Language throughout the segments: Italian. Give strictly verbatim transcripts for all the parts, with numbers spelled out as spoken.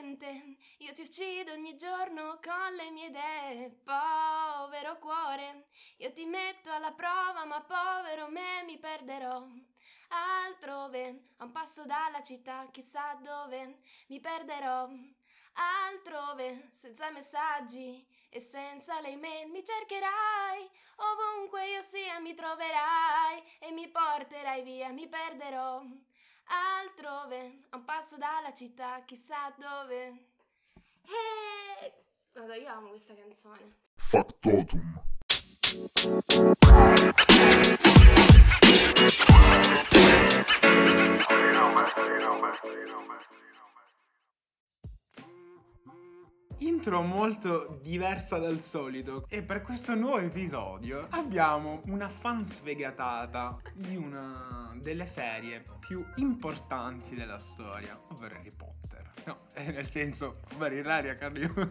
mente. Io ti uccido ogni giorno con le mie idee, povero cuore. Io ti metto alla prova, ma povero me mi perderò altrove, a un passo dalla città, chissà dove mi perderò altrove, senza messaggi e senza le email. Mi cercherai ovunque io sia, mi troverai e mi porterai via. Mi perderò altrove, a un passo dalla città, chissà dove. E... Guarda, io amo questa canzone. Factotum. Intro molto diversa dal solito, e per questo nuovo episodio abbiamo una fan sfegatata di una delle serie più importanti della storia, ovvero Harry Potter. No, eh, nel senso, ovvero Ilaria Cagliolo.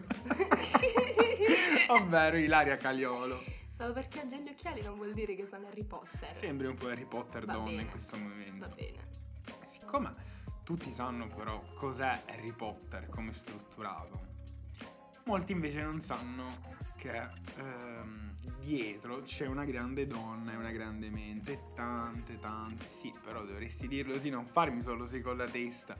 ovvero Ilaria Cagliolo. Solo perché ho già gli occhiali non vuol dire che sono Harry Potter. Sembri un po' Harry Potter Va donna bene. in questo momento. Va bene. Siccome tutti sanno però cos'è Harry Potter, come è strutturato, molti invece non sanno che ehm, dietro c'è una grande donna e una grande mente, e tante tante, sì, però dovresti dirlo così, non farmi solo sì con la testa.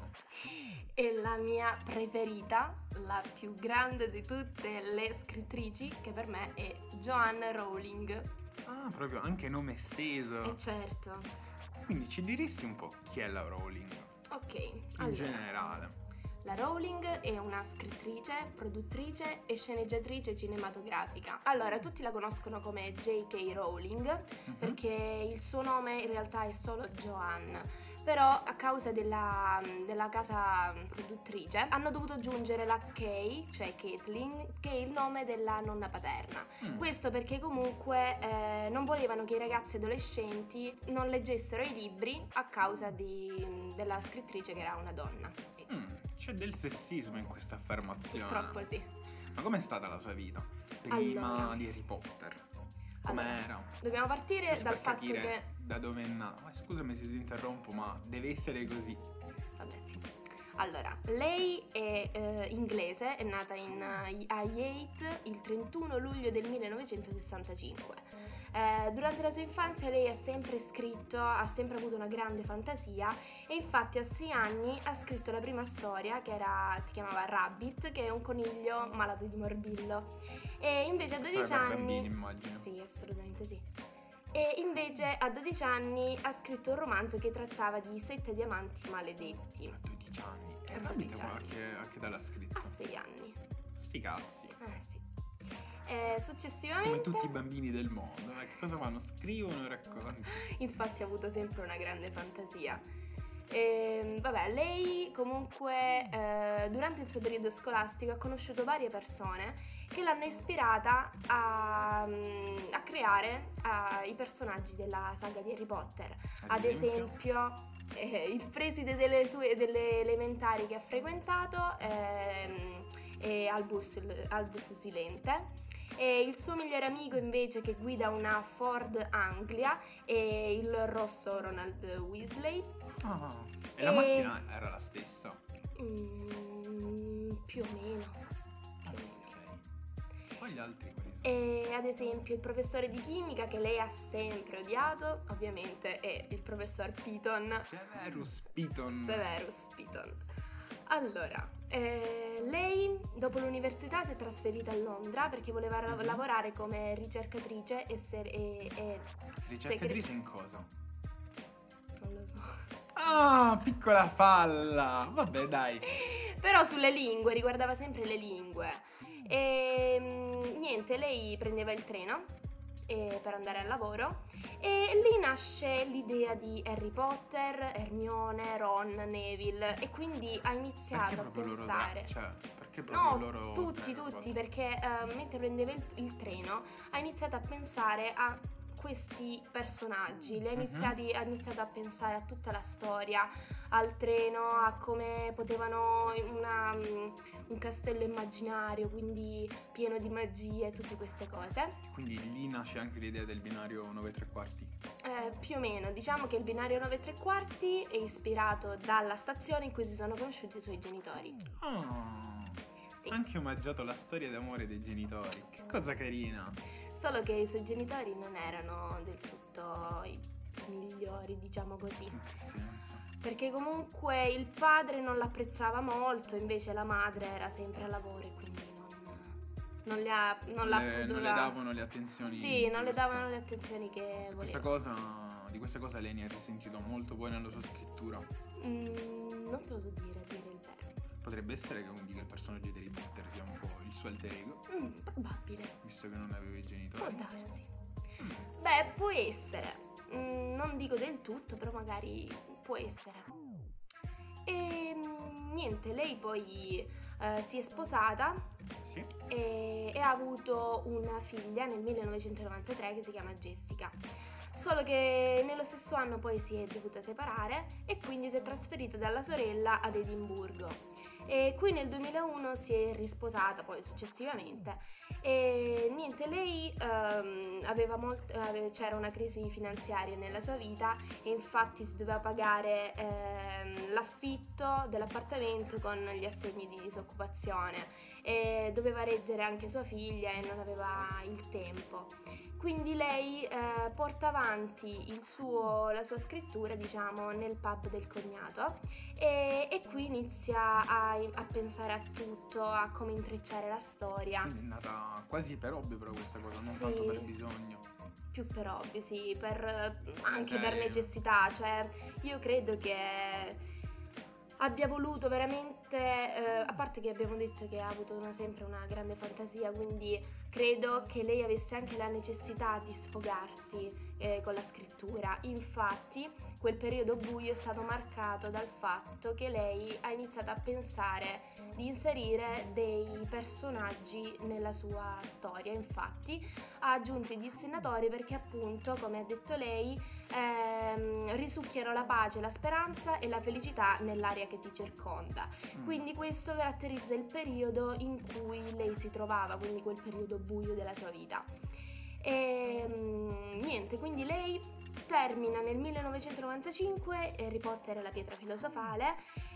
E la mia preferita, la più grande di tutte le scrittrici, che per me è Joanne Rowling. Ah, proprio anche nome esteso. E certo. Quindi ci diresti un po' chi è la Rowling? Ok, In allora, generale. la Rowling è una scrittrice, produttrice e sceneggiatrice cinematografica. Allora, tutti la conoscono come J K. Rowling, Mhm. perché il suo nome in realtà è solo Joanne. Però a causa della, della casa produttrice hanno dovuto aggiungere la K, cioè Caitlin, che è il nome della nonna paterna. Mm. Questo perché comunque eh, non volevano che i ragazzi adolescenti non leggessero i libri a causa di, della scrittrice che era una donna. Ecco. Mm, c'è del sessismo in questa affermazione. Purtroppo sì. Ma com'è stata la sua vita prima Allora. di Harry Potter? Com'era? Allora, dobbiamo partire Giusto dal per fatto capire che... da dove è nato. Ma scusami se ti interrompo, ma deve essere così. Vabbè, sì. Allora, lei è eh, inglese, è nata in, uh, a Yate il trentuno luglio del millenovecentosessantacinque. Eh, durante la sua infanzia lei ha sempre scritto, ha sempre avuto una grande fantasia e infatti a sei anni ha scritto la prima storia che era, si chiamava Rabbit, che è un coniglio malato di morbillo. E invece a dodici Storia per anni... bambini, immagino. Sì, assolutamente sì. E invece a dodici anni ha scritto un romanzo che trattava di sette diamanti maledetti. A dodici anni. E A Rabbit dodici a anni. che, a che età l'ha scritto? A sei anni. Sti cazzi. Eh sì. E successivamente... Come tutti i bambini del mondo. Eh, che cosa fanno? Scrivono e raccontano. Infatti ha avuto sempre una grande fantasia. E, vabbè, lei comunque eh, durante il suo periodo scolastico ha conosciuto varie persone che l'hanno ispirata a, a creare a, i personaggi della saga di Harry Potter. Ad esempio, eh, il preside delle sue delle elementari che ha frequentato ehm, è Albus, Albus Silente. E il suo migliore amico invece che guida una Ford Anglia è il rosso Ronald Weasley. Ah, e la E- macchina era la stessa. Mm, più o meno. Ah, Più o meno. ok. Poi gli altri quali sono? E ad esempio il professore di chimica che lei ha sempre odiato, ovviamente, è il professor Piton. Severus Piton. Severus Piton. Allora, eh, lei dopo l'università si è trasferita a Londra perché voleva ra- Mhm. lavorare come ricercatrice e, ser- e, e Ricercatrice in cosa? non lo so. Ah, piccola falla. Vabbè, dai. Però sulle lingue, riguardava sempre le lingue. E mm, niente, lei prendeva il treno eh, per andare al lavoro e lì nasce l'idea di Harry Potter, Hermione, Ron, Neville e quindi ha iniziato Perché a proprio loro pensare... tre? Cioè, perché proprio No, loro tutti, tre? tutti, perché eh, mentre prendeva il, il treno ha iniziato a pensare a questi personaggi, le ha, Mhm. iniziati, ha iniziato a pensare a tutta la storia, al treno, a come potevano una, mm, un castello immaginario, quindi pieno di magie e tutte queste cose. Quindi lì nasce anche l'idea del binario nove e tre quarti. Eh, più o meno, diciamo che il binario nove e tre quarti è ispirato dalla stazione in cui si sono conosciuti i suoi genitori. Oh, Sì. anche omaggiato la storia d'amore dei genitori. Che cosa carina. Solo che i suoi genitori non erano del tutto i migliori, diciamo così. In che senso? Perché comunque il padre non l'apprezzava molto, invece la madre era sempre a lavoro e quindi non, non le ha non l'ha le, non potuta... le davano le attenzioni Sì, non le giuste. davano le attenzioni che Questa voleva. cosa, di questa cosa lei ne ha risentito molto poi nella sua scrittura. Mm, non te lo so dire, a dire il vero. Potrebbe essere che quindi che il personaggio di Harry Potter sia un po' il suo alter ego, Mm, probabile, visto che non aveva i può genitori. darsi. Beh, può essere. Mm, non dico del tutto, però magari può essere. E mm, niente, lei poi eh, si è sposata Sì. e, e ha avuto una figlia nel millenovecentonovantatré che si chiama Jessica. Solo che nello stesso anno poi si è dovuta separare e quindi si è trasferita dalla sorella ad Edimburgo. E qui nel duemilauno si è risposata poi successivamente e niente, lei ehm, aveva molt- ave- c'era una crisi finanziaria nella sua vita e infatti si doveva pagare ehm, l'affitto dell'appartamento con gli assegni di disoccupazione e doveva reggere anche sua figlia e non aveva il tempo. Quindi lei eh, porta avanti il suo, la sua scrittura, diciamo, nel pub del cognato e, e qui inizia a, a pensare a tutto, a come intrecciare la storia. Quindi è nata quasi per hobby però questa cosa, non Sì. tanto per bisogno. Più per hobby, sì, per, anche serie. per necessità, cioè io credo che abbia voluto veramente, eh, a parte che abbiamo detto che ha avuto una- sempre una grande fantasia, quindi credo che lei avesse anche la necessità di sfogarsi eh, con la scrittura. Infatti quel periodo buio è stato marcato dal fatto che lei ha iniziato a pensare di inserire dei personaggi nella sua storia. Infatti ha aggiunto i dissennatori perché appunto, come ha detto lei, ehm, risucchiano la pace, la speranza e la felicità nell'aria che ti circonda. Mm. Quindi questo caratterizza il periodo in cui lei si trovava, quindi quel periodo buio della sua vita. E mm, niente, quindi lei termina nel millenovecentonovantacinque Harry Potter e la pietra filosofale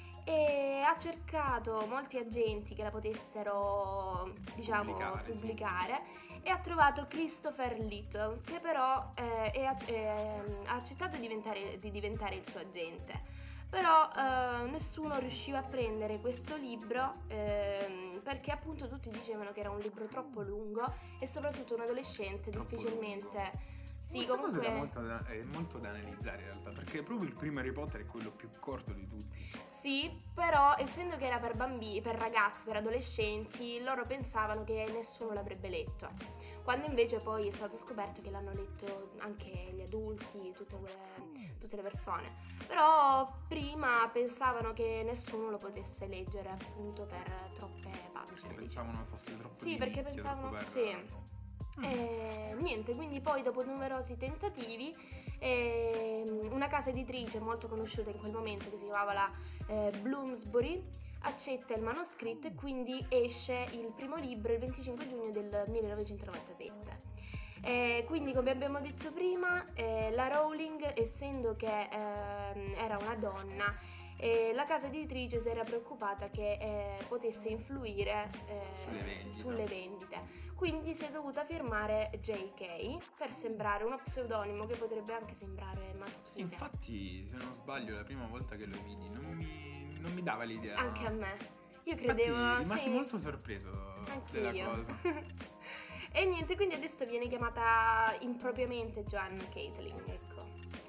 e ha cercato molti agenti che la potessero, diciamo, Pubblicare, sì. pubblicare e ha trovato Christopher Little, che però eh, è ac- eh, ha accettato di diventare, di diventare il suo agente. Però eh, nessuno riusciva a prendere questo libro ehm, perché appunto tutti dicevano che era un libro troppo lungo e soprattutto un adolescente Troppo difficilmente... Sì, Questa cosa comunque... è molto da, è molto da analizzare in realtà, perché proprio il primo Harry Potter è quello più corto di tutti. Sì, però essendo che era per bambini, per ragazzi, per adolescenti, loro pensavano che nessuno l'avrebbe letto. Quando invece poi è stato scoperto che l'hanno letto anche gli adulti, tutte, quelle, tutte le persone. Però prima pensavano che nessuno lo potesse leggere appunto per troppe Perché pagine. pensavano fosse troppo Sì, di perché nicchia, pensavano... troppo per- Sì. Mm. E niente, quindi poi dopo numerosi tentativi ehm, una casa editrice molto conosciuta in quel momento che si chiamava la eh, Bloomsbury accetta il manoscritto e quindi esce il primo libro il venticinque giugno del millenovecentonovantasette. Eh, quindi come abbiamo detto prima eh, la Rowling, essendo che ehm, era una donna, e la casa editrice si era preoccupata che eh, potesse influire eh, Sulle vendite. sulle vendite. Quindi si è dovuta firmare J K per sembrare uno pseudonimo che potrebbe anche sembrare Sì, maschile. infatti, se non sbaglio, la prima volta che lo vidi non mi, non mi dava l'idea. Anche a me. Io Infatti, credevo... rimasi sì, molto sorpreso anche della io. cosa. E niente, quindi adesso viene chiamata impropriamente Joanna Caitlin, ecco.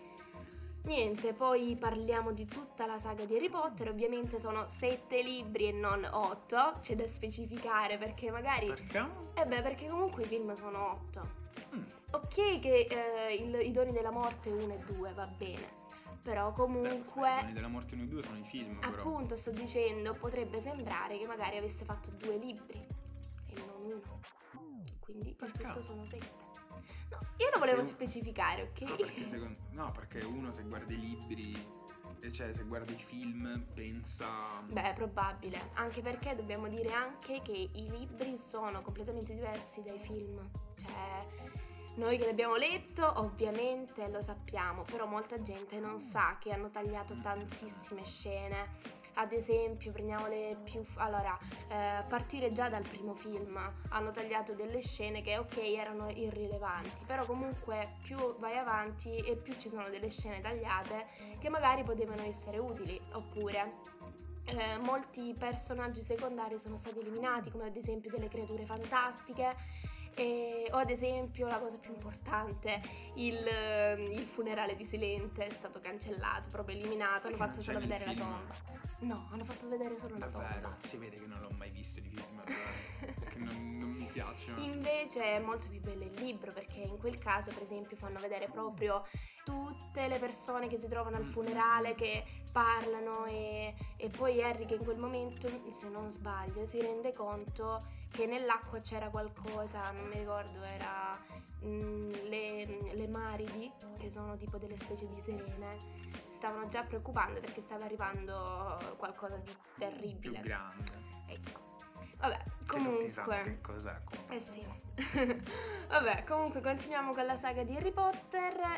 Niente, poi parliamo di tutta la saga di Harry Potter. Ovviamente sono sette libri e non otto, c'è da specificare perché magari... Perché? Eh beh, perché comunque i film sono otto. Mm. Ok che eh, il- i doni della morte uno e due va bene, però Beh, comunque... aspetta, i Doni della morte uno e due sono i film, però. Appunto, sto dicendo, potrebbe sembrare che magari avesse fatto due libri e non uno. Quindi in Perché? tutto sono sette. No, io lo volevo Se- specificare, ok? No, perché secondo... no, perché uno se guarda i libri, e cioè se guarda i film, pensa... Beh, è probabile, anche perché dobbiamo dire anche che i libri sono completamente diversi dai film. Cioè, noi che l'abbiamo letto, ovviamente lo sappiamo, però molta gente non sa che hanno tagliato tantissime scene. Ad esempio, prendiamo le più... Allora, eh, a partire già dal primo film hanno tagliato delle scene che, ok, erano irrilevanti, però comunque più vai avanti e più ci sono delle scene tagliate che magari potevano essere utili, oppure eh, molti personaggi secondari sono stati eliminati, come ad esempio delle creature fantastiche. E, o ad esempio la cosa più importante, il, il funerale di Silente è stato cancellato, proprio eliminato, hanno Perché fatto non solo c'è nel vedere la film? tomba. No, hanno fatto vedere solo la Davvero? tomba. Si vede che non l'ho mai visto di film, allora, perché non, non mi piacciono. Invece è molto più bello il libro, perché in quel caso per esempio fanno vedere proprio tutte le persone che si trovano al funerale, che parlano, e, e poi Harry che in quel momento, se non sbaglio, si rende conto che nell'acqua c'era qualcosa, non mi ricordo, era mm, le, le maridi, che sono tipo delle specie di sirene, si stavano già preoccupando perché stava arrivando qualcosa di terribile. Più grande. Ecco. Vabbè, Che tutti sanno comunque... che cos'è. comunque. Eh sì. Vabbè, comunque continuiamo con la saga di Harry Potter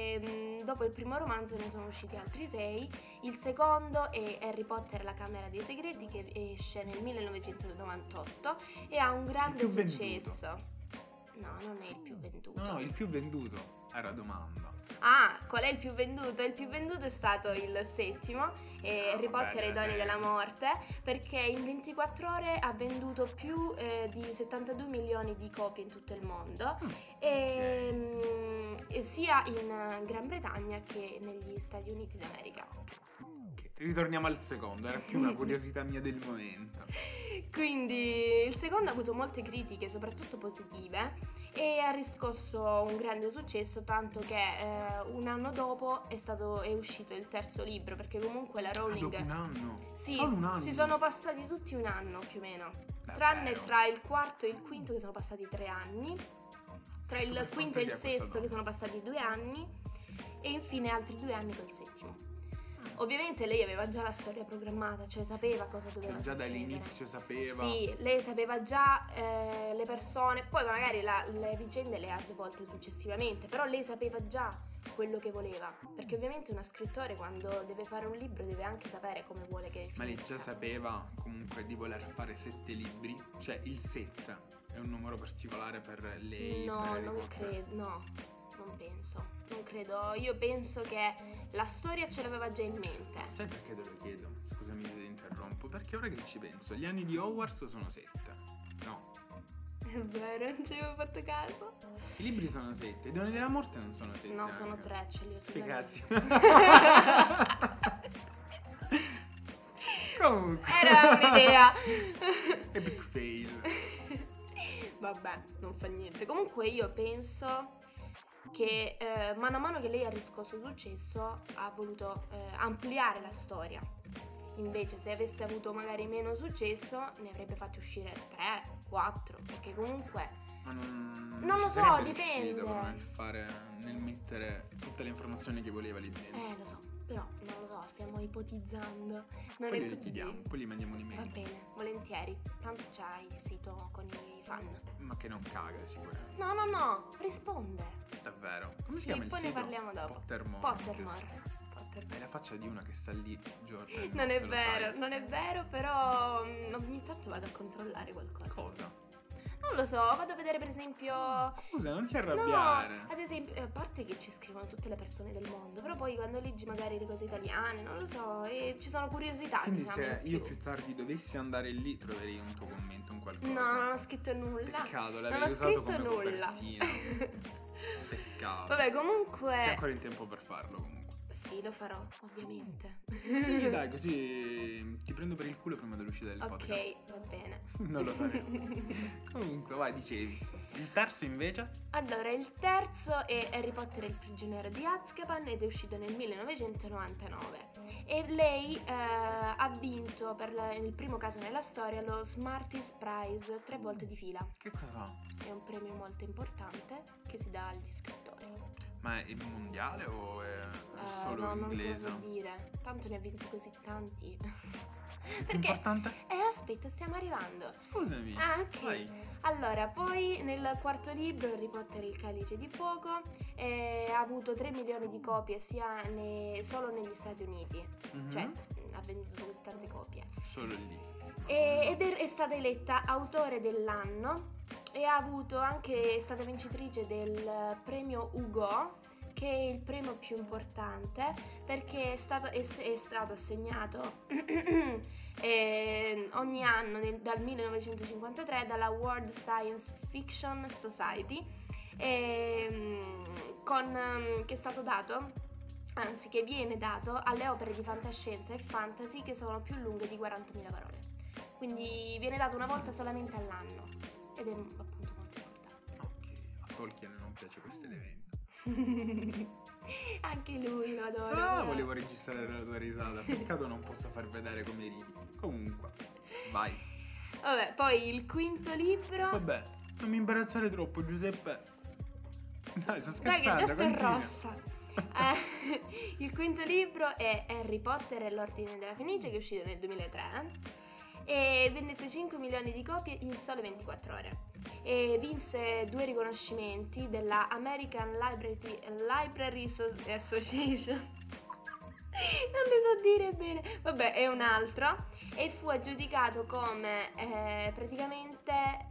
e mh, dopo il primo romanzo ne sono usciti altri sei. Il secondo è Harry Potter e la Camera dei Segreti, che esce nel millenovecentonovantotto e ha un grande Il più successo. No, non è il più venduto. No, no, il più venduto era domanda. Ah, qual è il più venduto? Il più venduto è stato il settimo, eh, Ah, Harry vabbè, Potter e i dai, doni sì. della morte, perché in ventiquattro ore ha venduto più eh, di settantadue milioni di copie in tutto il mondo, Mm, e, mm, e sia in Gran Bretagna che negli Stati Uniti d'America. Ok, ritorniamo al secondo, era più una curiosità mia del momento. Quindi il secondo ha avuto molte critiche, soprattutto positive, e ha riscosso un grande successo, tanto che eh, un anno dopo è stato è uscito il terzo libro, perché comunque la Ah, Rowling... dopo un anno? Sì, Solo un anno? si sono passati tutti un anno più o meno, Davvero? tranne tra il quarto e il quinto che sono passati tre anni, tra il Super quinto e il fantasia questa sesto che donna. sono passati due anni e infine altri due anni col settimo. Ovviamente lei aveva già la storia programmata, cioè sapeva cosa doveva Cioè, già succedere. dall'inizio sapeva. Sì, lei sapeva già eh, le persone, poi magari la- le vicende le ha svolte successivamente, però lei sapeva già quello che voleva, perché ovviamente una scrittore quando deve fare un libro deve anche sapere come vuole che Ma lei finisca. già sapeva comunque di voler fare sette libri? Cioè il set è un numero particolare per lei? No, per Harry non Potter? credo, no, non penso, non credo, io penso che la storia ce l'aveva già in mente. Sai perché te lo chiedo? Scusami se ti interrompo. Perché ora che ci penso, gli anni di Hogwarts sono sette. No, È vero, non ci avevo fatto caso. i libri sono sette, i doni della morte non sono sette. No, sono anche. tre, ce li ho tutti Sti da cazzi. me. Comunque. Era un'idea. Epic fail. Vabbè, non fa niente. Comunque io penso che eh, mano a mano che lei ha riscosso successo ha voluto eh, ampliare la storia. Invece se avesse avuto magari meno successo ne avrebbe fatti uscire tre, quattro, perché comunque Ma non, Non ci lo so, sarebbe dipende. riuscito però nel fare, nel mettere tutte le informazioni che voleva lì dentro. eh lo so, però non lo so, stiamo ipotizzando. Non Poi è le tutti chiediamo, di- poi gli mandiamo Va un'email. bene, volentieri. Tanto c'hai il sito con i fan. Ma che non caga sicuramente. No, no, no, risponde. Davvero? Come Sì, si chiama il poi ne sito? parliamo dopo. Pottermore. Pottermore. giusto? Pottermore. Hai la faccia di una che sta lì giorno e Non è notte, lo vero, sai. non è vero, però mm, ogni tanto vado a controllare qualcosa. Cosa? Non lo so, vado a vedere per esempio... Scusa, non ti No, arrabbiare. ad esempio, a parte che ci scrivono tutte le persone del mondo, però poi quando leggi magari le cose italiane, non lo so, e ci sono curiosità, Quindi diciamo, se in io più. più tardi dovessi andare lì troverei un tuo commento, un qualcosa. No, non ho scritto nulla. Peccato, Non l'avevi ho usato scritto come nulla. copertina. Peccato. Vabbè, Sei comunque... ancora in tempo per farlo comunque. Sì, lo farò, ovviamente. Sì, dai, così ti prendo per il culo prima dell'uscita del podcast. Ok, va bene. Non lo faremo. Comunque, vai, dicevi. Il terzo invece? Allora, il terzo è Harry Potter e il prigioniero di Azkaban ed è uscito nel millenovecentonovantanove e lei eh, ha vinto per la- il primo caso nella storia lo Smarties Prize tre volte di fila. Che cos'ha? È un premio molto importante che si dà agli scrittori. Ma è mondiale o è Eh, solo no, non te lo inglese? so dire, tanto ne ha vinti così tanti. Perché Importante? eh aspetta, stiamo arrivando. Scusami. Ah, ok. Vai. Allora, poi nel quarto libro, Harry Potter e il Calice di Fuoco, eh, ha avuto tre milioni di copie sia ne- solo negli Stati Uniti, Mhm. cioè mh, ha venduto così tante copie. Solo lì. E- ed è, è stata eletta autore dell'anno e ha avuto anche, è stata vincitrice del premio Hugo, che è il premio più importante perché è stato, è, è stato assegnato eh, ogni anno nel- dal millenovecentocinquantatré dalla World Science Fiction Society, ehm, con, ehm, che è stato dato, anzi che viene dato alle opere di fantascienza e fantasy che sono più lunghe di quarantamila parole. Quindi viene dato una volta solamente all'anno ed è appunto molto importante. Ok, a Tolkien non piace questo evento. Anche lui lo adoro. Ah, però. volevo registrare la tua risata. Peccato non posso far vedere come ridi. Comunque, vai. Vabbè, poi il quinto libro. Vabbè, non mi imbarazzare troppo, Giuseppe. Dai, sto Dai che già scherzando, sto continua. rossa. Eh, il quinto libro è Harry Potter e l'Ordine della Fenice, che è uscito nel duemilatré e vendette cinque milioni di copie in sole ventiquattro ore. E vinse due riconoscimenti della American Library, Library So- Association. Non le so dire bene. Vabbè, è un altro. E fu aggiudicato come eh, praticamente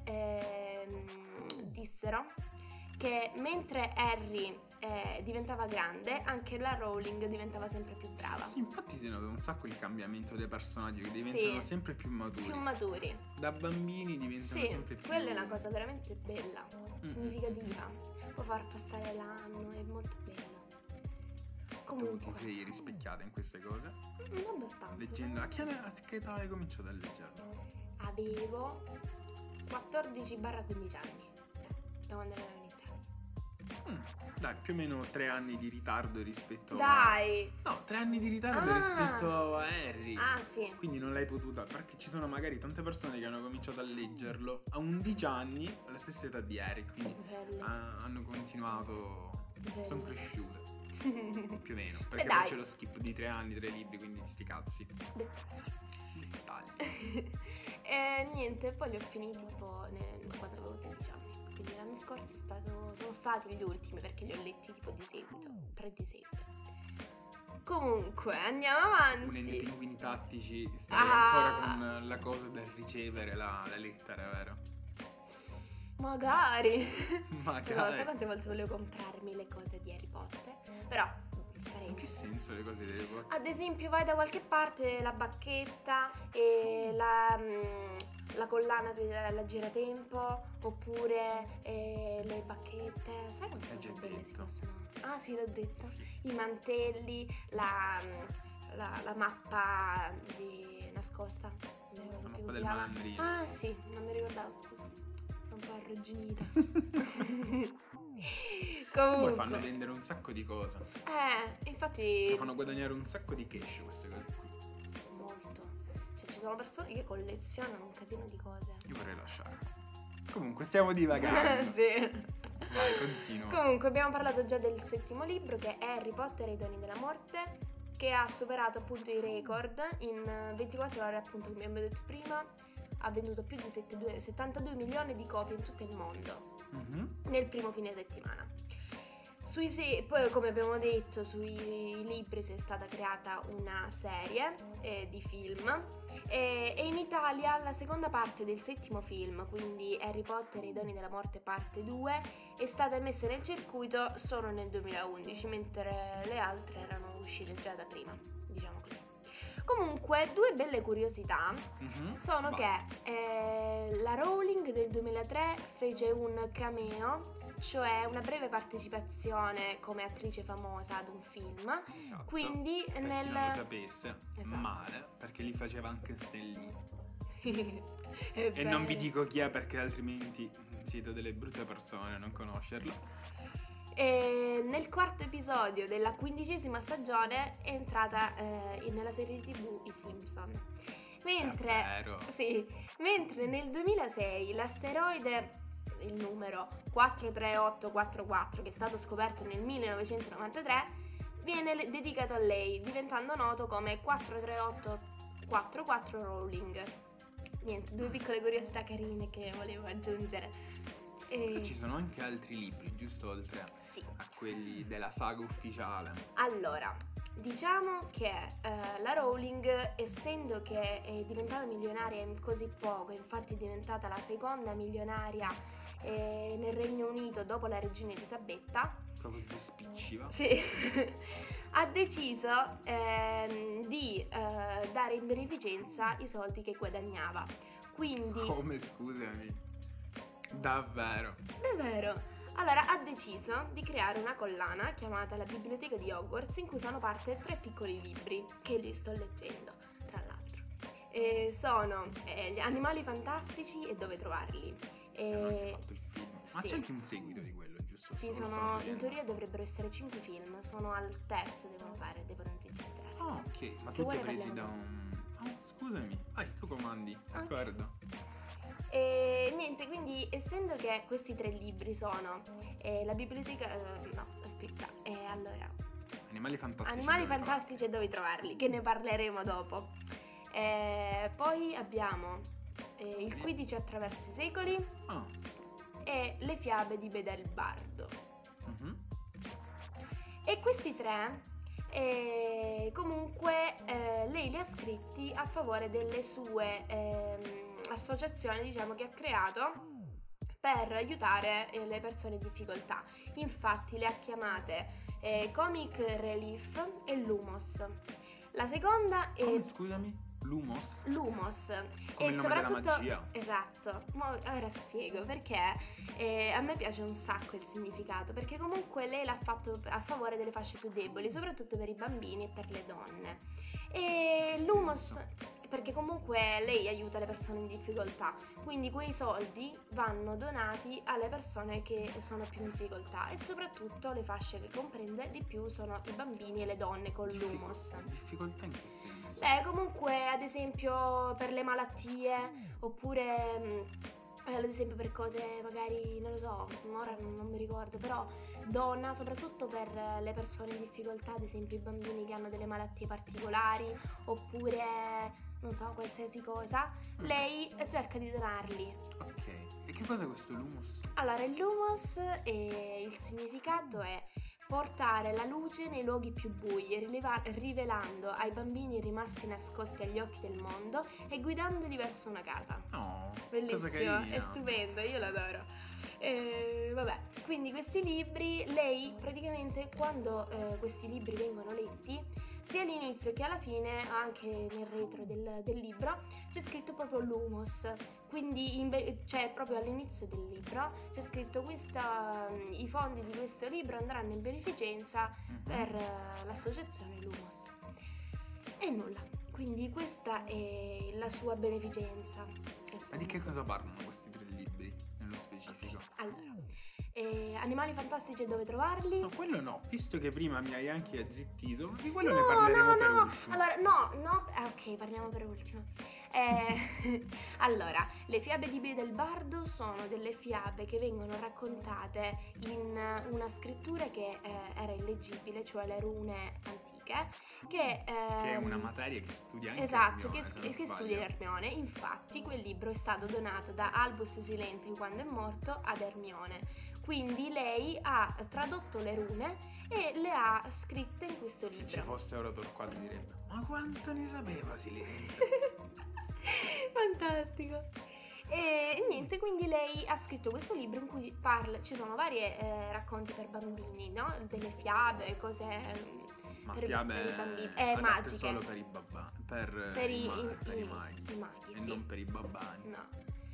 ehm, dissero che mentre Harry eh, diventava grande, anche la Rowling diventava sempre più brava. Sì, infatti si nota un sacco il cambiamento dei personaggi che diventano Sì. sempre più maturi. Più maturi. Da bambini diventano Sì, sempre più. quella è una cosa veramente bella, Mm. significativa. Può far passare l'anno, è molto bello. Tu Comunque, ti sei rispecchiata in queste cose? non abbastanza. Leggendo. A che, a che età hai cominciato a leggerlo? Avevo quattordici quindici anni da quando avevo iniziato. Mm, dai, più o meno tre anni di ritardo rispetto a. Dai! No, tre anni di ritardo Ah. rispetto a Harry. Ah, sì. Quindi non l'hai potuta. Perché ci sono magari tante persone che hanno cominciato a leggerlo a undici anni, alla stessa età di Harry. Quindi Bello. ah, hanno continuato. Bello. Sono cresciute. Più o meno. Perché Beh, poi dai. c'è lo skip di tre anni, tre libri, quindi sti cazzi. Dettagli. Dettagli. E niente, poi li ho finiti tipo nel- quando avevo sedici anni. Quindi l'anno scorso è stato, sono stati gli ultimi perché li ho letti tipo di seguito, tre di seguito. Comunque, andiamo Unendo i avanti. pinguini tattici, stai Ah. ancora con la cosa del ricevere la, la lettera, vero? Magari. Magari. No, sai quante volte volevo comprarmi le cose di Harry Potter? Però, In che parentesi. senso le cose delle cose? Ad esempio, vai da qualche parte, la bacchetta e la, mm, la collana della giratempo, oppure eh, le bacchette. Sai quante L'hai cose già belle si detto. possono? Ah, sì, l'ho detto. Sì. I mantelli, la, mm, la, la mappa di nascosta. Non mi ricordo La più mappa come del si chiama. malandrino. Ah, sì, non mi ricordavo, scusa. Sono un po' arrugginita. Poi fanno Comunque, vendere un sacco di cose. eh, infatti. Cioè fanno guadagnare un sacco di cash queste cose qui. Molto. Cioè ci sono persone che collezionano un casino di cose. Io vorrei lasciarlo. Comunque stiamo divagando. Sì. Vai, continua. Comunque abbiamo parlato già del settimo libro, che è Harry Potter e i doni della morte, che ha superato appunto i record in ventiquattro ore, appunto come abbiamo detto prima. Ha venduto più di settantadue milioni di copie in tutto il mondo Mhm. nel primo fine settimana. Sui se- poi, come abbiamo detto, sui libri si è stata creata una serie eh, di film e, e in Italia la seconda parte del settimo film, quindi Harry Potter e i doni della morte parte due, è stata messa nel circuito solo nel duemilaundici, mentre le altre erano uscite già da prima, diciamo così. Comunque, due belle curiosità Mhm. sono Vai. che eh, la Rowling del duemilatré fece un cameo, cioè una breve partecipazione come attrice famosa ad un film. Esatto. Quindi Per nel... chi non lo sapesse, Esatto. male, perché li faceva anche Stan Lee. È E non vi vero. dico chi è perché altrimenti siete delle brutte persone a non conoscerlo. E nel quarto episodio della quindicesima stagione è entrata eh, nella serie tivù I Simpson. Mentre, Davvero? sì, mentre nel duemilasei l'asteroide, il numero quattro tre otto quattro quattro, che è stato scoperto nel millenovecentonovantatré, viene le- dedicato a lei, diventando noto come quattro tre otto quattro quattro Rowling. Niente, due piccole curiosità carine che volevo aggiungere. Però E... ci sono anche altri libri, giusto, oltre Sì. a quelli della saga ufficiale. Allora, diciamo che eh, la Rowling, essendo che è diventata milionaria in così poco, infatti è diventata la seconda milionaria eh, nel Regno Unito dopo la regina Elisabetta, Proprio più spicciva. sì, ha deciso ehm, di eh, dare in beneficenza i soldi che guadagnava. Quindi... Come, scusami? Davvero? Davvero? Allora ha deciso di creare una collana chiamata La Biblioteca di Hogwarts, in cui fanno parte tre piccoli libri che li sto leggendo, tra l'altro. E sono eh, Gli Animali Fantastici e Dove Trovarli. E... Hanno anche fatto il film. Ma sì. c'è anche un seguito di quello, giusto? Sì, Sto- lo sono, stavo in vedendo. teoria dovrebbero essere cinque film, sono al terzo, devono fare, devono registrare. Ah, ok. Ma Se tutti vuoi presi da parliamo. un... Oh, scusami. Vai, tu comandi. D'accordo. E niente, quindi essendo che questi tre libri sono eh, la biblioteca... eh, no, aspetta, eh, allora... Animali fantastici. Animali dove fantastici e dove trovarli, che ne parleremo dopo. Eh, poi abbiamo eh, Il Quidditch attraverso i secoli trovarli? e Le fiabe di Beda il Bardo. Ah. Mhm. E questi tre... E comunque eh, lei li ha scritti a favore delle sue ehm, associazioni, diciamo, che ha creato per aiutare eh, le persone in difficoltà. Infatti le ha chiamate eh, Comic Relief e Lumos. La seconda è Come, scusami? Lumos? Lumos. Come E il nome della soprattutto magia. esatto. Mo ora spiego perché eh, a me piace un sacco il significato, perché comunque lei l'ha fatto a favore delle fasce più deboli, soprattutto per i bambini e per le donne. E Che Lumos senso? perché comunque lei aiuta le persone in difficoltà, quindi quei soldi vanno donati alle persone che sono più in difficoltà, e soprattutto le fasce che comprende di più sono i bambini e le donne con Diffic- Lumos. Difficoltà in che senso? Beh, comunque ad esempio per le malattie, oppure mh, eh, ad esempio per cose magari, non lo so, ora non, non mi ricordo, però donna, soprattutto per le persone in difficoltà, ad esempio i bambini che hanno delle malattie particolari, oppure non so, qualsiasi cosa, Mm. lei cerca di donarli. Ok. E che cos'è questo Lumos? Allora, il Lumos, eh, il significato è portare la luce nei luoghi più bui, rileva- rivelando ai bambini rimasti nascosti agli occhi del mondo e guidandoli verso una casa. No, cosa Bellissimo, carina. è stupendo, io l'adoro. Eh, vabbè, quindi questi libri, lei praticamente quando eh, questi libri vengono letti, sia all'inizio che alla fine, anche nel retro del, del libro, c'è scritto proprio Lumos. Quindi, in be- cioè proprio all'inizio del libro c'è scritto questa, i fondi di questo libro andranno in beneficenza Mhm. per eh, l'associazione Lumos. E nulla, quindi questa è la sua beneficenza. Ma di che cosa parlano questi tre libri, nello specifico? Allora, eh, Animali Fantastici e Dove Trovarli? No, quello no, visto che prima mi hai anche zittito, di quello no, ne parleremo no, per no. ultimo. Allora, no, no. Ah, ok, parliamo per ultimo. Eh, allora, le fiabe di Beda il Bardo sono delle fiabe che vengono raccontate in una scrittura che eh, era illeggibile, cioè le rune antiche, che, Che è ehm, una materia che studia anche esatto, Hermione, che, se non che sbaglio. studia Hermione. Infatti quel libro è stato donato da Albus Silente quando è morto ad Hermione. Quindi lei ha tradotto le rune e le ha scritte in questo Se libro. ci fosse ora Torquato direbbe: ma quanto ne sapeva Silente? Fantastico. E niente, quindi lei ha scritto questo libro in cui parla, ci sono varie eh, racconti per bambini, no? Delle fiabe, cose Ma per, fiabe per i bambini, eh, adatte magiche. solo per i babà, per, Per i, i- ma- i- per i i- maghi, i maghi, e sì. non per i babbani. No.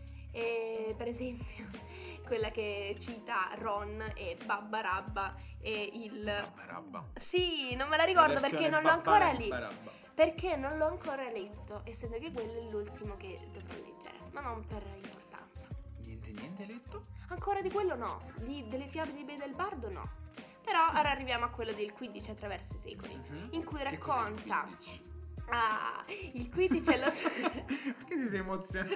E per esempio quella che cita Ron è Babba Rabba e il... Babba rabba. Sì, non me la ricordo La perché versione non l'ho babba ancora rabba lì. rabba. Perché non l'ho ancora letto, essendo che quello è l'ultimo che dovrò leggere, ma non per importanza. Niente, niente letto? Ancora di quello no, di, delle fiabe di Beda il Bardo no. Però ora arriviamo a quello del Quidditch attraverso i secoli, Mhm. in cui Che racconta... cos'è il Quidditch? Ah, il Quidditch è lo Perché ti sei emozionato?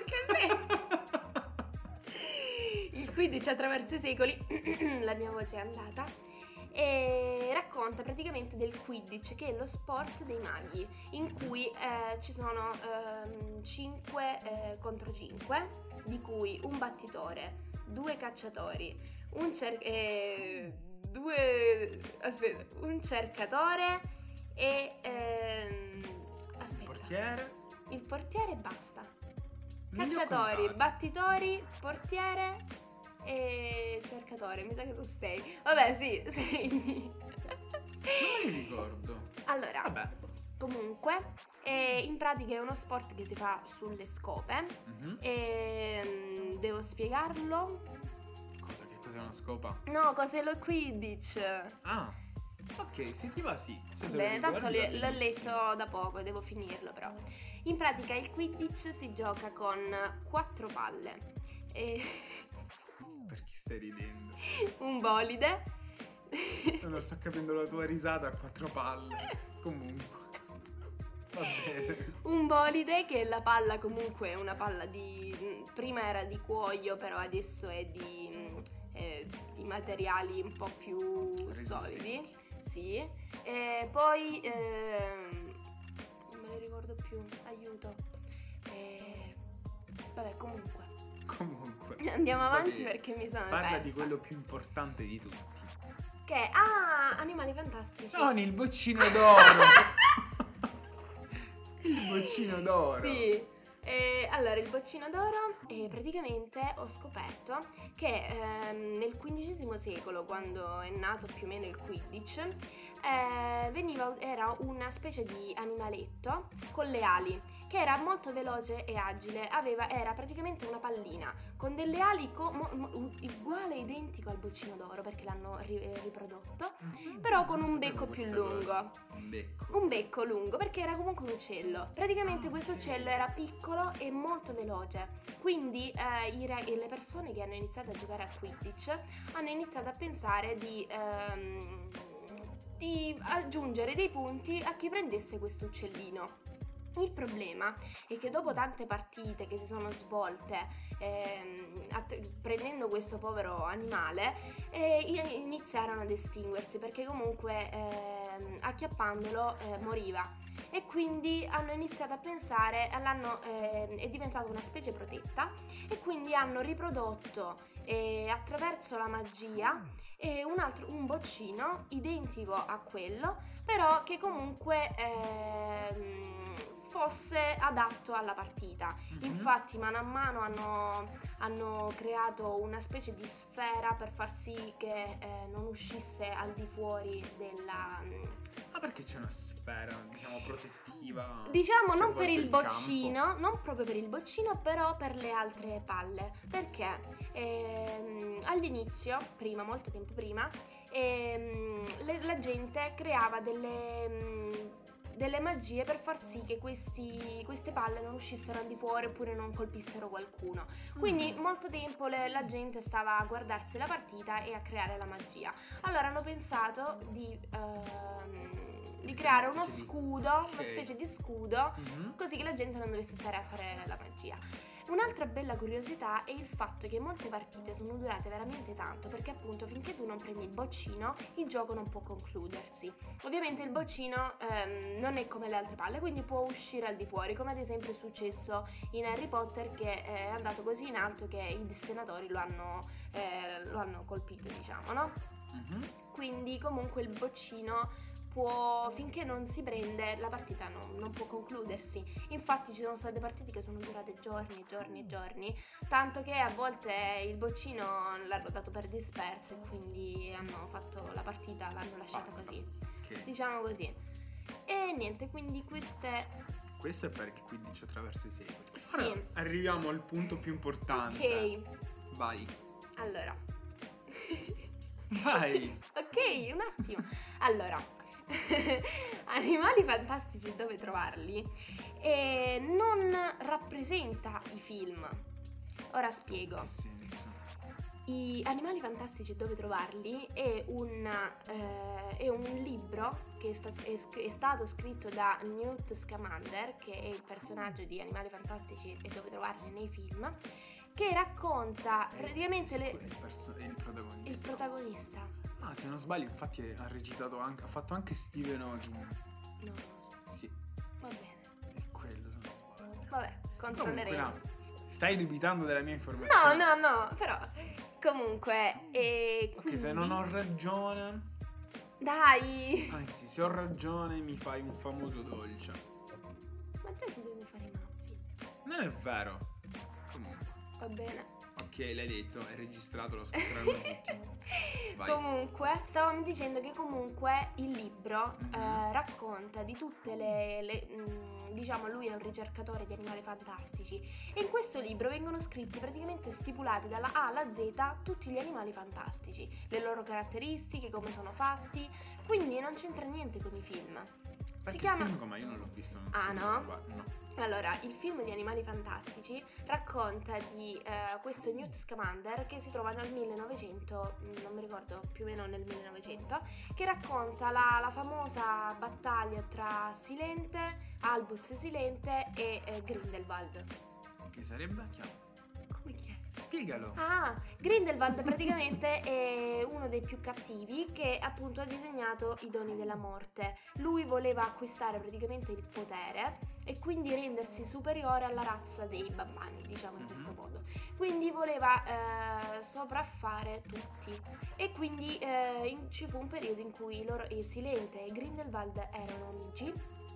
Il Quidditch attraverso i secoli, la mia voce è andata, e racconta praticamente del Quidditch, che è lo sport dei maghi, in cui eh, ci sono cinque contro cinque, di cui un battitore, due cacciatori, un cer- eh, due aspetta, un cercatore e ehm, aspetta, Portiere? il portiere e basta. Non li ho Cacciatori, contati. battitori, portiere e cercatore. Mi sa che sono sei. Vabbè, sì, sei. Non mi ricordo. Allora, Vabbè. comunque, eh, in pratica è uno sport che si fa sulle scope. Mhm. E mm, devo spiegarlo? Cosa? Che cos'è una scopa? No, cos'è lo Quidditch? Ah, ok, se ti va sì. Se te lo Bene, tanto ricordi, li- va l'ho benissimo. letto da poco, devo finirlo però. In pratica il Quidditch si gioca con quattro palle e Perché stai ridendo? un bolide. Non sto capendo la tua risata a quattro palle. Comunque. Va bene. Un bolide, che la palla comunque è una palla di... prima era di cuoio, però adesso è di, eh, di materiali un po' più solidi. Resistenti. Sì. E poi... ehm, non me ne ricordo più, aiuto. E, vabbè, comunque. Comunque. Andiamo Va avanti bene. perché mi sono Parla persa. di quello più importante di tutti. Che... Ah, Animali Fantastici. Non il boccino d'oro. Il boccino d'oro. Sì. Eh, allora, il boccino d'oro, eh, praticamente ho scoperto che ehm, nel quindicesimo secolo, quando è nato più o meno il Quidditch, eh, veniva, era una specie di animaletto con le ali, che era molto veloce e agile, aveva, era praticamente una pallina con delle ali co- mo- mo- uguale, identico al boccino d'oro, perché l'hanno ri- eh, riprodotto, Mhm. però con Non un sapevo becco più questa lungo. cosa. Un becco. Un becco lungo, perché era comunque un uccello. Praticamente Ah, questo ok. uccello era piccolo e molto veloce. Quindi eh, i re- le persone che hanno iniziato a giocare a Quidditch hanno iniziato a pensare di, ehm, di aggiungere dei punti a chi prendesse questo uccellino. Il problema è che dopo tante partite che si sono svolte ehm, att- prendendo questo povero animale, eh, i- iniziarono ad estinguersi, perché comunque ehm, acchiappandolo eh, moriva. E quindi hanno iniziato a pensare, l'hanno, ehm, è diventata una specie protetta, e quindi hanno riprodotto eh, attraverso la magia eh, un altro, un boccino identico a quello, però che comunque ehm, fosse adatto alla partita. Mhm. Infatti mano a mano hanno, hanno creato una specie di sfera per far sì che eh, non uscisse al di fuori della... Ah, perché c'è una sfera, diciamo, protettiva? Diciamo che non per avvolge il campo? boccino, non proprio per il boccino, però per le altre palle. Perché ehm, all'inizio, prima, molto tempo prima, ehm, le- la gente creava delle... mm, delle magie per far sì che questi, queste palle non uscissero al di fuori oppure non colpissero qualcuno. Quindi Mm. molto tempo le- la gente stava a guardarsi la partita e a creare la magia. Allora hanno pensato di, ehm, di creare Una uno specie di- scudo, ok. una specie di scudo, Mhm. così che la gente non dovesse stare a fare la magia. Un'altra bella curiosità è il fatto che molte partite sono durate veramente tanto, perché appunto finché tu non prendi il boccino il gioco non può concludersi. Ovviamente il boccino ehm, non è come le altre palle, quindi può uscire al di fuori, come ad esempio è successo in Harry Potter, che è andato così in alto che i senatori lo hanno, eh, lo hanno colpito, diciamo, no? Mhm. Quindi comunque il boccino può, finché non si prende, la partita non, non può concludersi. Infatti ci sono state partite che sono durate giorni e giorni e giorni, tanto che a volte il boccino l'hanno dato per disperso e quindi hanno fatto la partita, l'hanno lasciata Fatta. così, Ok. diciamo così. E niente, quindi queste... Questo è per il Quidditch attraverso i secoli. Sì. Ora arriviamo al punto più importante. Ok, Vai. allora... Vai. Ok, un attimo. Allora, Animali Fantastici, dove trovarli? E non rappresenta i film. Ora spiego. Che senso? I Animali Fantastici e dove trovarli è un, eh, è un libro che è, sta- è sc- è stato scritto da Newt Scamander, che è il personaggio di Animali Fantastici e dove trovarli nei film, che racconta praticamente le- il, perso- il protagonista. il protagonista. Ah, se non sbaglio, infatti ha recitato anche, ha fatto anche Stephen Hawking. No, non lo so. Sì, Va bene. è quello, se non sbaglio. Vabbè, controlleremo. Comunque, no, stai dubitando della mia No, informazione? no, no, però comunque e Ok, quindi... se non ho ragione, Dai! anzi, se ho ragione mi fai un famoso dolce. Ma già ti devo fare i muffin. Non è vero. Comunque, Va bene. ok, l'hai detto, è registrato, lo ascolteranno tutti. Vai. Comunque, stavamo dicendo che comunque il libro Mhm. eh, racconta di tutte le, le, mh, diciamo, lui è un ricercatore di animali fantastici e in questo libro vengono scritti praticamente stipulati dalla A alla Z tutti gli animali fantastici, le loro caratteristiche, come sono fatti, quindi non c'entra niente con i film. Perché Si chiama... il film come io non l'ho visto. Non Ah, so no? come va- no. Allora, il film di Animali Fantastici racconta di eh, questo Newt Scamander che si trova nel millenovecento, mm, non mi ricordo, più o meno nel millenovecento, che racconta la, la famosa battaglia tra Silente, Albus Silente e eh, Grindelwald. Che sarebbe? Chiaro. Come chi è? Spiegalo. Ah, Grindelwald praticamente è uno dei più cattivi che appunto ha disegnato i doni della morte. Lui voleva acquistare praticamente il potere e quindi rendersi superiore alla razza dei babbani, diciamo in questo Mhm. modo. Quindi voleva eh, sopraffare tutti e quindi eh, in- ci fu un periodo in cui loro, eh, Silente e Grindelwald erano amici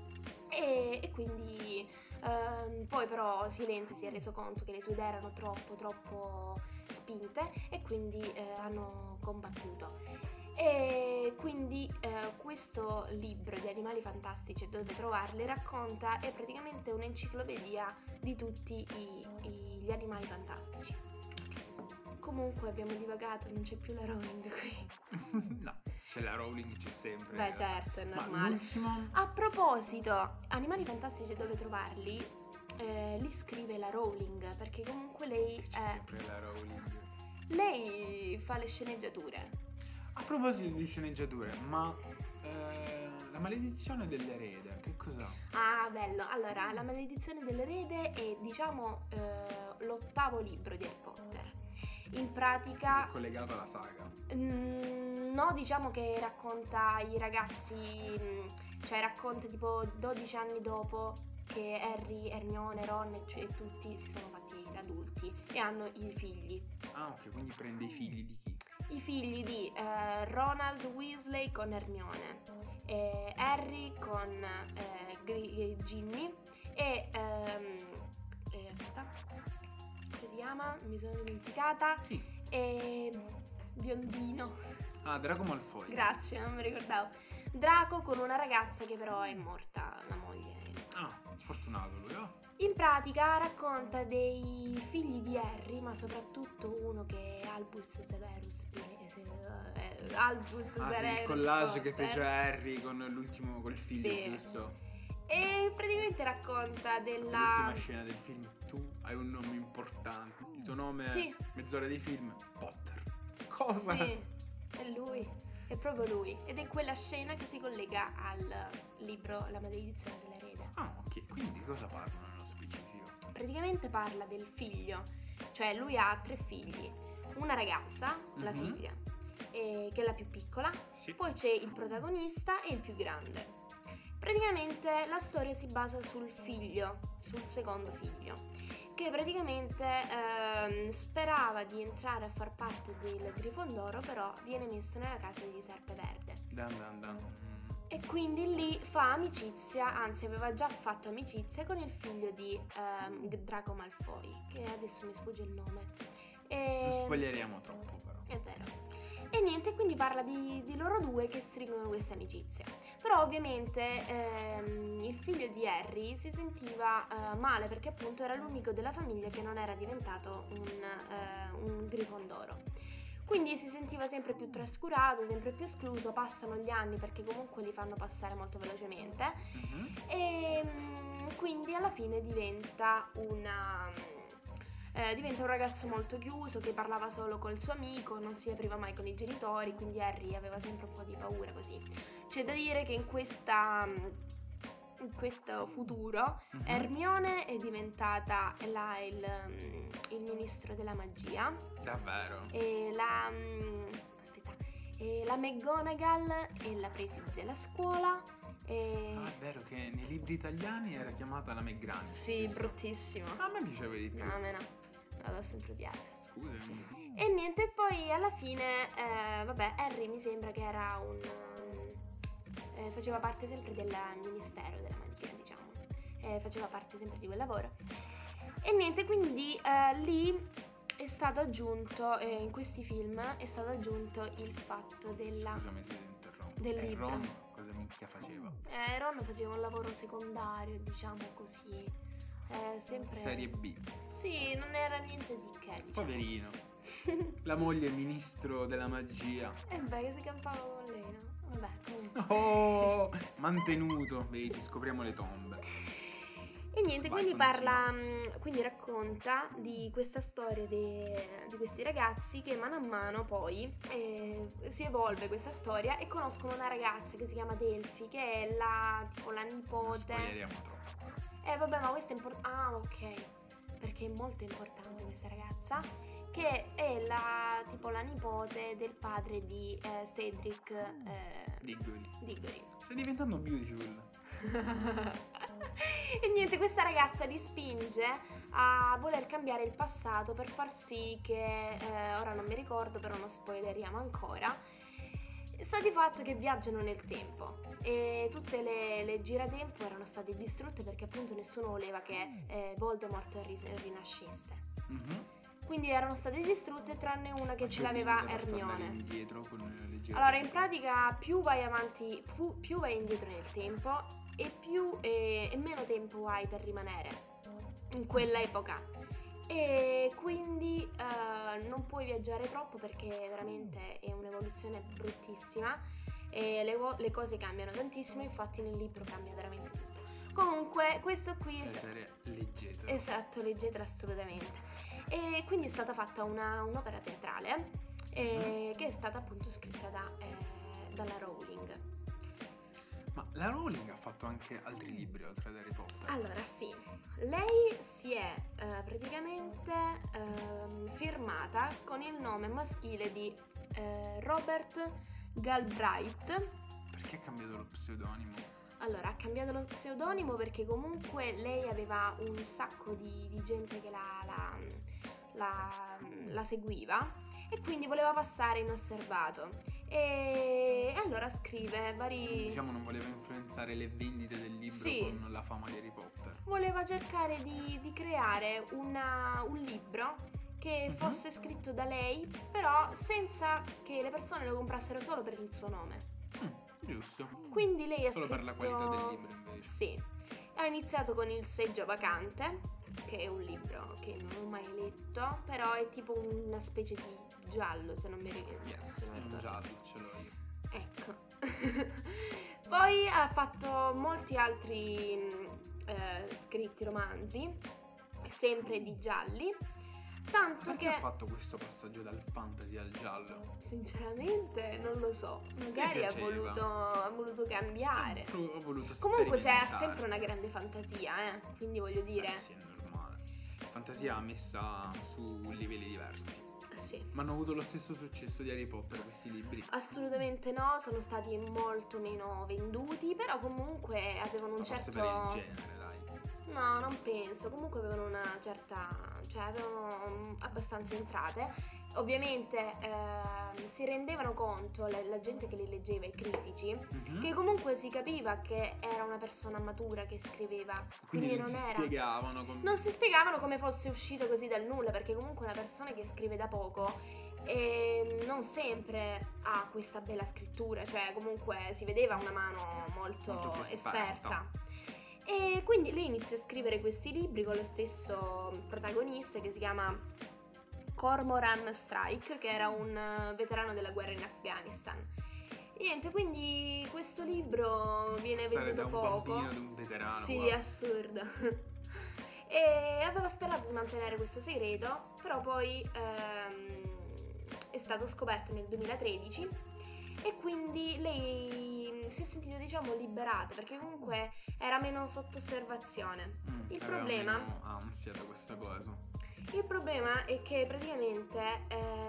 e, e quindi ehm, poi però Silente si è reso conto che le sue idee erano troppo troppo spinte e quindi eh, hanno combattuto. E quindi eh, questo libro di Animali Fantastici e dove trovarli racconta, è praticamente un'enciclopedia di tutti i- i- gli animali fantastici. Comunque abbiamo divagato, non c'è più la Rowling qui. No, c'è la Rowling, c'è sempre. Beh certo, è Ma normale. l'ultimo. A proposito, Animali Fantastici e dove trovarli, eh, li scrive la Rowling, perché comunque lei, Che c'è eh, sempre la Rowling. lei fa le sceneggiature. A proposito di sceneggiature, ma eh, la maledizione dell'erede, che cos'ha? Ah, bello. Allora, La maledizione dell'erede è, diciamo, eh, l'ottavo libro di Harry Potter. In pratica... È collegato alla saga. Mm, no, diciamo che racconta i ragazzi, mm, cioè racconta tipo dodici anni dopo che Harry, Hermione, Ron e, cioè, tutti si sono fatti adulti e hanno i figli. Ah, ok, quindi prende i figli di chi? I figli di eh, Ronald Weasley con Hermione, eh, Harry con eh, Gri- eh, Ginny e... ehm, eh, aspetta, come si chiama? Mi sono dimenticata. Chi? E... Biondino. Ah, Draco Malfoy. Grazie, non mi ricordavo. Draco con una ragazza che però è morta, la moglie. Ah, fortunato lui, oh. In pratica racconta dei figli di Harry, ma soprattutto uno che è Albus Severus. eh, se- eh, Albus Ah, sì, Severus. il collage che Potter. fece Harry con l'ultimo, col figlio, Sì. giusto? E praticamente racconta L'ultima della... scena del film. Tu hai un nome importante. Il tuo nome Sì. è mezz'ora di film. Potter. Cosa? Sì, è lui, è proprio lui. Ed è quella scena che si collega al libro La maledizione dell'erede. Ah, ok. Quindi cosa parlano nello specifico? Praticamente parla del figlio, cioè lui ha tre figli, una ragazza, la Mhm. figlia, eh, che è la più piccola, Sì. poi c'è il protagonista e il più grande. Praticamente la storia si basa sul figlio, sul secondo figlio, che praticamente ehm, sperava di entrare a far parte del Grifondoro, però viene messo nella casa di Serpeverde. Dan dan dan. Mm. E quindi lì fa amicizia, anzi aveva già fatto amicizia con il figlio di ehm, Draco Malfoy, che adesso mi sfugge il nome. E... Non spoileriamo troppo, però. È vero. E niente, quindi parla di, di loro due che stringono questa amicizia. Però ovviamente ehm, il figlio di Harry si sentiva eh, male perché appunto era l'unico della famiglia che non era diventato un, eh, un Grifondoro. Quindi si sentiva sempre più trascurato, sempre più escluso, passano gli anni perché comunque li fanno passare molto velocemente Mhm. e mm, quindi alla fine diventa una... eh, diventa un ragazzo molto chiuso che parlava solo col suo amico, non si apriva mai con i genitori, quindi Harry aveva sempre un po' di paura così. C'è da dire che in questa in questo futuro Mhm. Hermione è diventata la, il, il ministro della magia Davvero? e la aspetta e la McGonagall è la preside della scuola e Ah, è vero che nei libri italiani era chiamata la McGranny. sì, giusto? bruttissimo. A me piaceva di più. No, a me no, me l'ho sempre odiato. Scusami. E niente, poi alla fine, eh, vabbè, Harry mi sembra che era un... eh, faceva parte sempre del Ministero della Magia, diciamo. Eh, faceva parte sempre di quel lavoro. E niente, quindi eh, lì è stato aggiunto, eh, in questi film, è stato aggiunto il fatto della... Scusami se ti interrompo. Del E libro. Ron cosa minchia faceva? Eh, Ron faceva un lavoro secondario, diciamo così. Eh, sempre... Serie B. Sì, non era niente di che, diciamo. Poverino. La moglie ministro della magia. E beh, che si campava con lei, no? Vabbè, comunque. Oh, mantenuto. Vedi, scopriamo le tombe. E niente, Vai, quindi continua. parla, mh, quindi racconta di questa storia de- di questi ragazzi che mano a mano poi eh, si evolve questa storia e conoscono una ragazza che si chiama Delphi, che è la, tipo la Non nipote. spoileriamo troppo. Eh vabbè, ma questa è importante. Ah, ok. Perché è molto importante questa ragazza, che è la tipo la nipote del padre di eh, Cedric eh, Diggory. Diggory. Stai diventando beautiful. E niente, questa ragazza li spinge a voler cambiare il passato per far sì che, eh, ora non mi ricordo, però non spoileriamo ancora, sta di fatto che viaggiano nel tempo e tutte le, le giratempo erano state distrutte perché appunto nessuno voleva che eh, Voldemort ris- rinascesse. Mhm. Quindi erano state distrutte tranne una che Ma ce c'è un l'aveva limite per tornare Hermione. indietro con le giratempo? Allora, in pratica più vai avanti, fu- più vai indietro nel tempo e più e, e meno tempo hai per rimanere in quella epoca. E quindi eh, non puoi viaggiare troppo perché veramente è un'evoluzione bruttissima e le, vo- le cose cambiano tantissimo, infatti nel libro cambia veramente tutto. Comunque, questo qui è Cioè, sta- serie leggetela. esatto, leggetela assolutamente. E quindi è stata fatta una, un'opera teatrale eh, che è stata appunto scritta da, eh, dalla Rowling. Ma la Rowling ha fatto anche altri libri oltre ad Harry Potter. Allora sì, lei si è eh, praticamente ehm, firmata con il nome maschile di eh, Robert Galbraith. Perché ha cambiato lo pseudonimo? Allora, ha cambiato lo pseudonimo perché comunque lei aveva un sacco di, di gente che la, la, la, la seguiva e quindi voleva passare inosservato. E allora scrive vari... Diciamo non voleva influenzare le vendite del libro Sì. con la fama di Harry Potter. Voleva cercare di, di creare una- un libro che Mhm. fosse scritto da lei, però senza che le persone lo comprassero solo per il suo nome. Mm, giusto. Quindi lei ha Solo scritto... per la qualità del libro invece. Sì. Ha iniziato con Il seggio vacante, che è un libro che non ho mai letto, però è tipo una specie di giallo, se non mi ricordo. Yes, se non è un ricordo. giallo, ce l'ho io. Ecco. Poi ha fatto molti altri mh, eh, scritti romanzi, sempre di gialli, tanto Perché che ha fatto questo passaggio dal fantasy al giallo? sinceramente non lo so, magari ha piaceva. voluto, ha voluto cambiare. Ho, ho voluto Comunque c'è sperimentare. sempre una grande fantasia, eh? Quindi voglio dire, Eh, sì, è normale. Fantasia messa su livelli diversi. sì. Ma hanno avuto lo stesso successo di Harry Potter questi libri. Assolutamente no, sono stati molto meno venduti, però comunque avevano un Ma forse certo... per il genere, dai. No, non penso, comunque avevano una certa, cioè avevano mm, abbastanza entrate. Ovviamente ehm, si rendevano conto, la, la gente che li leggeva, i critici, Mhm. che comunque si capiva che era una persona matura che scriveva, Quindi, quindi, non, non si era... spiegavano come... Non si spiegavano come fosse uscito così dal nulla, perché comunque una persona che scrive da poco e non sempre ha questa bella scrittura, cioè comunque si vedeva una mano molto, Molto più esperta. esperta. E quindi lei inizia a scrivere questi libri con lo stesso protagonista che si chiama Cormoran Strike, che era un eh, veterano della guerra in Afghanistan. E niente, quindi questo libro viene Passare venduto da un poco. bambino ad un veterano. Sì, guarda. assurdo. e aveva sperato di mantenere questo segreto, però poi ehm, è stato scoperto nel duemilatredici e quindi lei si è sentita, diciamo, liberata, perché comunque era meno sotto osservazione. Mm, Il aveva problema meno ansia da questa cosa. Il problema è che praticamente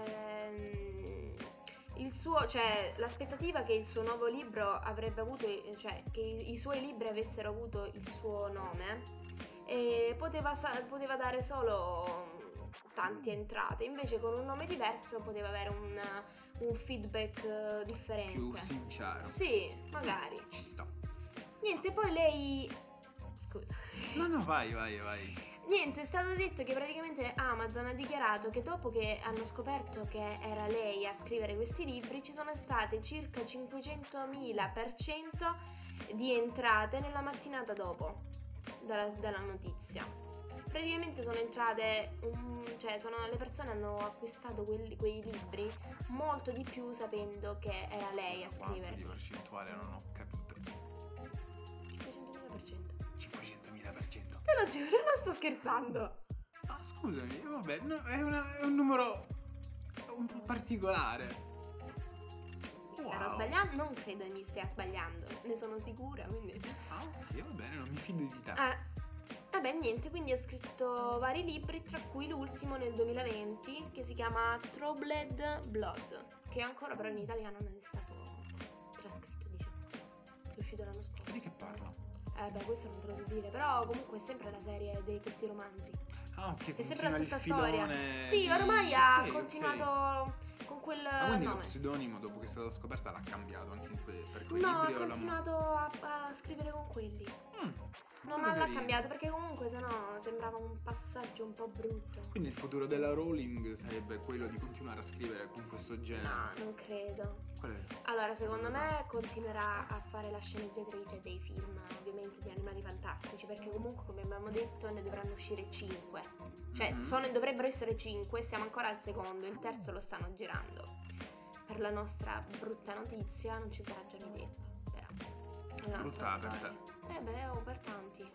ehm, il suo, cioè l'aspettativa che il suo nuovo libro avrebbe avuto, cioè che i, i suoi libri avessero avuto il suo nome, e poteva, sa- poteva dare solo tante entrate, invece con un nome diverso poteva avere un, un feedback eh, differente. Più sincero. Sì, magari. Ci sta. Niente, poi lei... Scusa. No, no, vai, vai, vai. Niente, è stato detto che praticamente Amazon ha dichiarato che dopo che hanno scoperto che era lei a scrivere questi libri, ci sono state circa cinquecentomila per cento di entrate nella mattinata dopo dalla, dalla notizia. Praticamente sono entrate, um, cioè sono, le persone hanno acquistato quelli, quei libri molto di più sapendo che era lei a Quanto scrivere. di percentuale non ho capito. cinquecentomila per cento. cinquecentomila per cento. Te lo giuro, non sto scherzando. Ah, scusami, vabbè, no, è, una- è un numero un po' particolare. Mi starò Wow. sbagliando? Non credo mi stia sbagliando, ne sono sicura, quindi... Ah, ok, va bene, non mi fido di te. Ah, vabbè, niente, quindi ha scritto vari libri, tra cui l'ultimo nel duemilaventi, che si chiama Troubled Blood, che ancora però in italiano non è stato trascritto, diciamo così. È uscito l'anno scorso. Di che parla? Eh beh, questo non te lo so dire, però comunque è sempre la serie di questi romanzi. Ah, ok, È sempre la continua il stessa storia. filone Sì, di- ormai ha ok, ok. continuato con quel Ma quindi lo nome. pseudonimo, dopo che è stata scoperta, l'ha cambiato anche in que- per quei No, libri? ha o l'ha- continuato a, a scrivere con quelli. Mm, Non molto l'ha carino. cambiato perché comunque sennò sembrava un passaggio un po' brutto. Quindi il futuro della Rowling sarebbe quello di continuare a scrivere con questo genere. No, non credo. Qual è? Allora, secondo me continuerà a fare la sceneggiatrice dei film, ovviamente di Animali Fantastici, perché comunque, come abbiamo detto, ne dovranno uscire cinque. Cioè, Mhm. sono- dovrebbero essere cinque, siamo ancora al secondo, il terzo lo stanno girando. Per la nostra brutta notizia non ci sarà Johnny Depp, però. È un'altra Brutta per storia. Eh beh, oh, per tanti.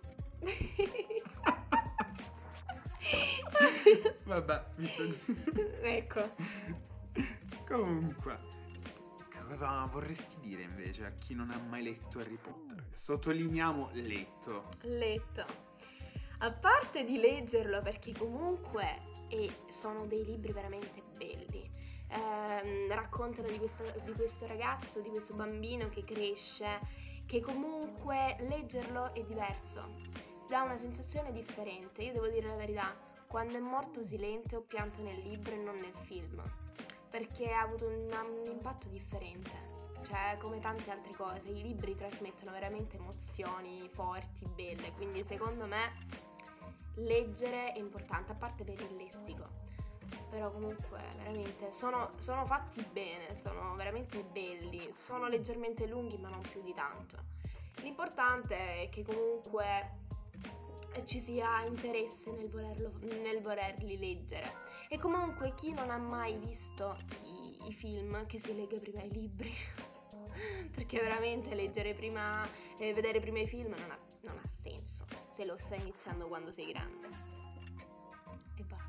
Vabbè, mi sto Ecco. Comunque, che cosa vorresti dire invece a chi non ha mai letto Harry Potter? Sottolineiamo letto. Letto. A parte di leggerlo, perché comunque eh, sono dei libri veramente belli. Ehm, raccontano di, questa- di questo ragazzo, di questo bambino che cresce, che comunque leggerlo è diverso, dà una sensazione differente. Io devo dire la verità, quando è morto Silente ho pianto nel libro e non nel film, perché ha avuto un, un impatto differente. Cioè, come tante altre cose, i libri trasmettono veramente emozioni forti, belle, quindi secondo me leggere è importante, a parte per il lessico. Però comunque veramente sono, sono fatti bene, sono veramente belli, sono leggermente lunghi ma non più di tanto. L'importante è che comunque ci sia interesse nel, volerlo, nel volerli leggere. E comunque chi non ha mai visto i, i film, che si legga prima i libri. Perché veramente leggere prima e vedere prima i film non ha, non ha senso se lo stai iniziando quando sei grande. E basta.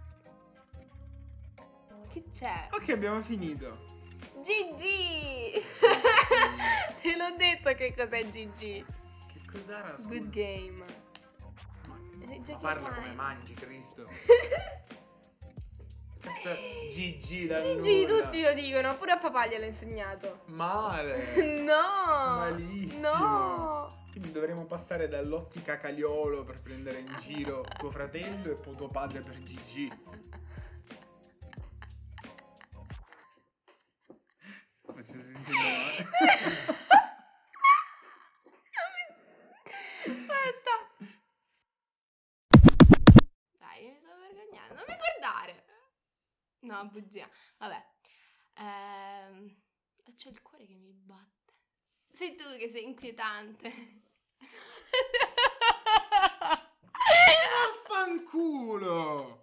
Che c'è? Ok, abbiamo finito. G G! Te l'ho detto che cos'è G G. Che cos'era? Scusa. Good game. Ma, Eh, ma giochi parla online. come mangi, Cristo. Cazzo, G G da G G nulla. tutti lo dicono, pure a papà gliel'ho insegnato. Male. No! Malissimo. No! Quindi dovremo passare dall'ottica Caliolo per prendere in giro tuo fratello e poi tuo padre per G G. Ma si sente male. Basta. Dai, mi sto vergognando. Non mi guardare. No, bugia. Vabbè. Ehm, c'è il cuore che mi batte. Sei tu che sei inquietante. Vaffanculo!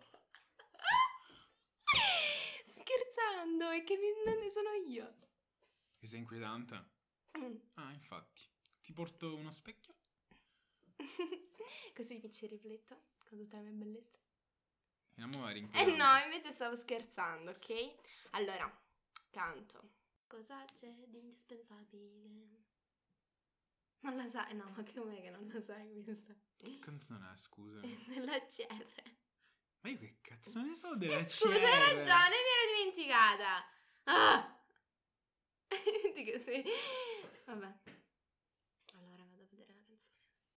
Scherzando, è che mi- non ne sono io. Che sei inquietante? Mm. Ah, infatti. Ti porto uno specchio? Così mi ci rifletto con tutta la mia bellezza. Eh Eh no, invece stavo scherzando, ok? Allora, canto. Cosa c'è di indispensabile? Non la sai? No, ma com'è che non la sai questa? Che canzone è, scusa? Della C R. Ma io che cazzo ne so della Eh, C R? scusa, hai ragione, mi ero dimenticata. Ah! Dico sì. Vabbè.